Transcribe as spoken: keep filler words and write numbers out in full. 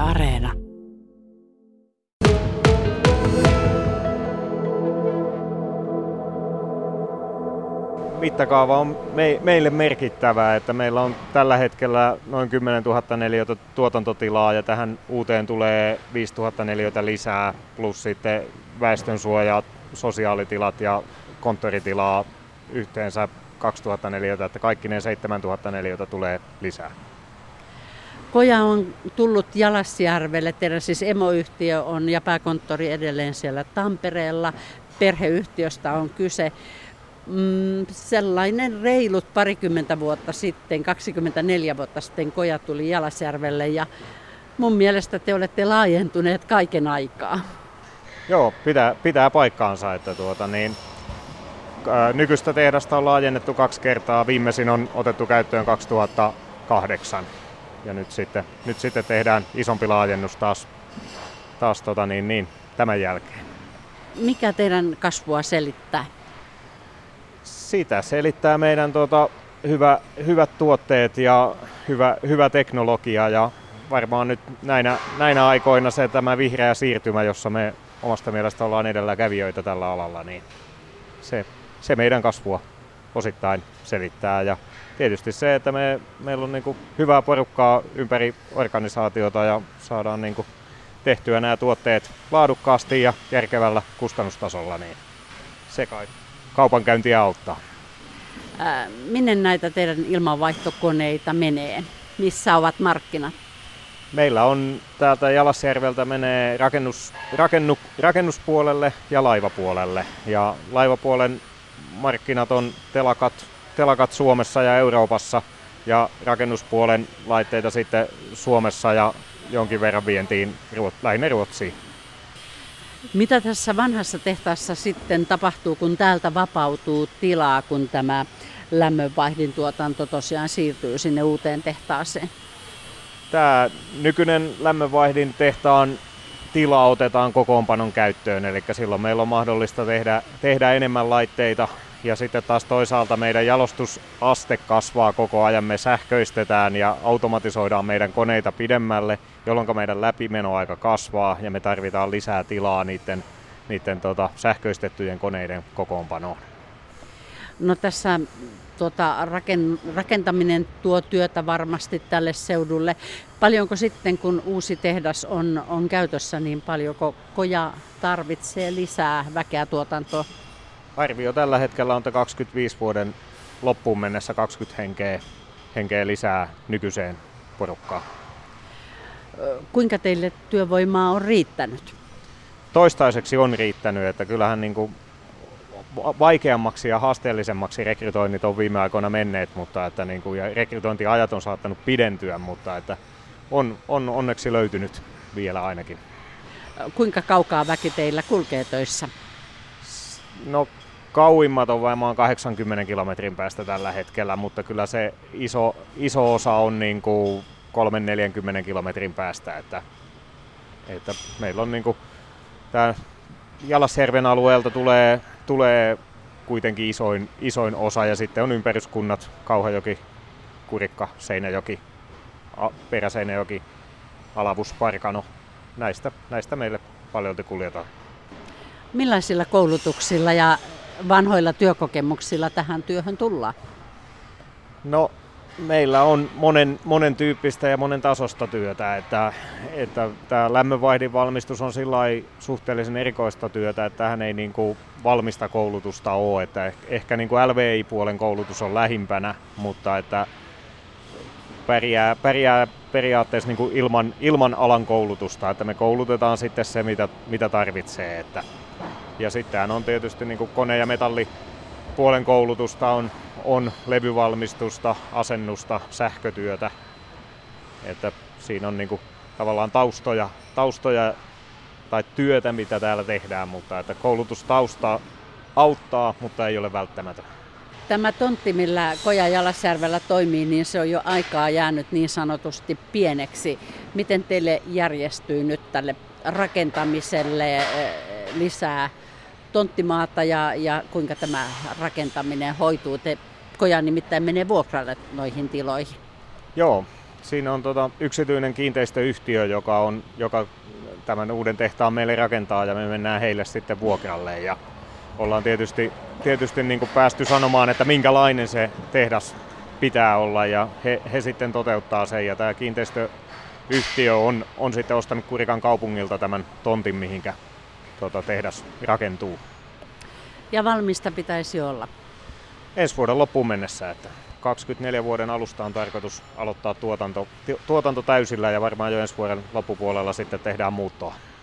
Areena. Mittakaava on me, meille merkittävää, että meillä on tällä hetkellä noin kymmenen tuhatta neliötä tuotantotilaa ja tähän uuteen tulee viisi tuhatta neliötä lisää plus sitten väestönsuojat, sosiaalitilat ja konttoritilaa yhteensä kaksituhatta neliötä, että kaikki ne seitsemän tuhatta neliötä tulee lisää. Koja on tullut Jalasjärvelle, teidän siis emoyhtiö on ja pääkonttori edelleen siellä Tampereella, perheyhtiöstä on kyse. Mm, sellainen reilut parikymmentä vuotta sitten, kaksikymmentäneljä vuotta sitten Koja tuli Jalasjärvelle ja mun mielestä te olette laajentuneet kaiken aikaa. Joo, pitää, pitää paikkaansa, että tuota, niin, ää, nykyistä tehdasta on laajennettu kaksi kertaa, viimeisin on otettu käyttöön kaksituhattakahdeksan ja nyt sitten, nyt sitten tehdään isompi laajennus taas, taas tota, niin, niin, tämän jälkeen. Mikä teidän kasvua selittää? Sitä selittää meidän tuota, hyvä, hyvät tuotteet ja hyvä, hyvä teknologia ja varmaan nyt näinä, näinä aikoina se tämä vihreä siirtymä, jossa me omasta mielestä ollaan edelläkävijöitä tällä alalla, niin se, se meidän kasvua osittain selittää. Ja tietysti se, että me, meillä on niin kuin hyvää porukkaa ympäri organisaatiota ja saadaan niin kuin tehtyä nämä tuotteet laadukkaasti ja järkevällä kustannustasolla, niin se kai kaupankäyntiä auttaa. Ää, minne näitä teidän ilmanvaihtokoneita menee? Missä ovat markkinat? Meillä on täältä Jalasjärveltä menee rakennus, rakennu, rakennuspuolelle ja laivapuolelle. Ja laivapuolen markkinat on telakat, telakat Suomessa ja Euroopassa ja rakennuspuolen laitteita sitten Suomessa ja jonkin verran vientiin lähinnä Ruotsiin. Mitä tässä vanhassa tehtaassa sitten tapahtuu, kun täältä vapautuu tilaa, kun tämä lämmönvaihdin tuotanto tosiaan siirtyy sinne uuteen tehtaaseen? Tämä nykyinen lämmönvaihdin tehtaan tila otetaan kokoonpanon käyttöön, eli silloin meillä on mahdollista tehdä, tehdä enemmän laitteita ja sitten taas toisaalta meidän jalostusaste kasvaa koko ajan, me sähköistetään ja automatisoidaan meidän koneita pidemmälle, jolloin meidän läpimenoaika kasvaa ja me tarvitaan lisää tilaa niiden, niiden tota, sähköistettyjen koneiden kokoonpanoon. No tässä tuota, raken, rakentaminen tuo työtä varmasti tälle seudulle. Paljonko sitten, kun uusi tehdas on, on käytössä, niin paljonko Koja tarvitsee lisää väkeä tuotantoa? Arvio tällä hetkellä on, että kaksikymmentäviisi vuoden loppuun mennessä kaksikymmentä henkeä, henkeä lisää nykyiseen porukkaan. Kuinka teille työvoimaa on riittänyt? Toistaiseksi on riittänyt, että kyllähän niin kuin vaikeammaksi ja haasteellisemmaksi rekrytoinnit on viime aikoina menneet, mutta että niin kuin, ja rekrytointiajat on saattanut pidentyä, mutta että on, on onneksi löytynyt vielä ainakin. Kuinka kaukaa väki teillä kulkee töissä? No kauimmat on varmaan kahdeksankymmenen kilometrin päästä tällä hetkellä, mutta kyllä se iso, iso osa on niin kuin kolmekymmentä neljäkymmentä kilometrin päästä, että, että meillä on niin kuin tämä Jalasjärven alueelta tulee, tulee kuitenkin isoin, isoin osa ja sitten on ympäryskunnat Kauhajoki, Kurikka, Seinäjoki, Peräseinäjoki, Alavus, Parkano. Näistä, näistä meille paljolti kuljetaan. Millaisilla koulutuksilla ja vanhoilla työkokemuksilla tähän työhön tullaan? No, meillä on monen, monen tyyppistä ja monen tasosta työtä, että, että tämä lämmönvaihdin valmistus on sillai suhteellisen erikoista työtä, että tähän ei niin kuin valmista koulutusta ole, että ehkä niin kuin L V I-puolen koulutus on lähimpänä, mutta että pärjää, pärjää periaatteessa niin kuin ilman, ilman alan koulutusta, että me koulutetaan sitten se, mitä, mitä tarvitsee. Että. Ja sitten on tietysti niin kuin kone- ja metallipuolen koulutusta, on, on levyvalmistusta, asennusta, sähkötyötä. Että siinä on niin kuin tavallaan taustoja, taustoja tai työtä, mitä täällä tehdään, mutta että koulutustausta auttaa, mutta ei ole välttämätön. Tämä tontti, millä Koja Jalasjärvellä toimii, niin se on jo aikaa jäänyt niin sanotusti pieneksi. Miten teille järjestyy nyt tälle rakentamiselle lisää tonttimaata ja, ja kuinka tämä rakentaminen hoituu? Te, Koja nimittäin menee vuokralle noihin tiloihin. Joo, Siinä on tota yksityinen kiinteistöyhtiö, joka, on, joka tämän uuden tehtaan meille rakentaa ja me mennään heille sitten vuokralle. Ja ollaan tietysti, tietysti niin kuin päästy sanomaan, että minkälainen se tehdas pitää olla ja he, he sitten toteuttaa sen. Ja tämä kiinteistöyhtiö on, on sitten ostanut Kurikan kaupungilta tämän tontin, mihinkä tota, tehdas rakentuu. Ja valmista pitäisi olla? Ensi vuoden loppuun mennessä. Että kaksikymmentäneljä vuoden alusta on tarkoitus aloittaa tuotanto, tuotanto täysillä ja varmaan jo ensi vuoden loppupuolella sitten tehdään muuttoa.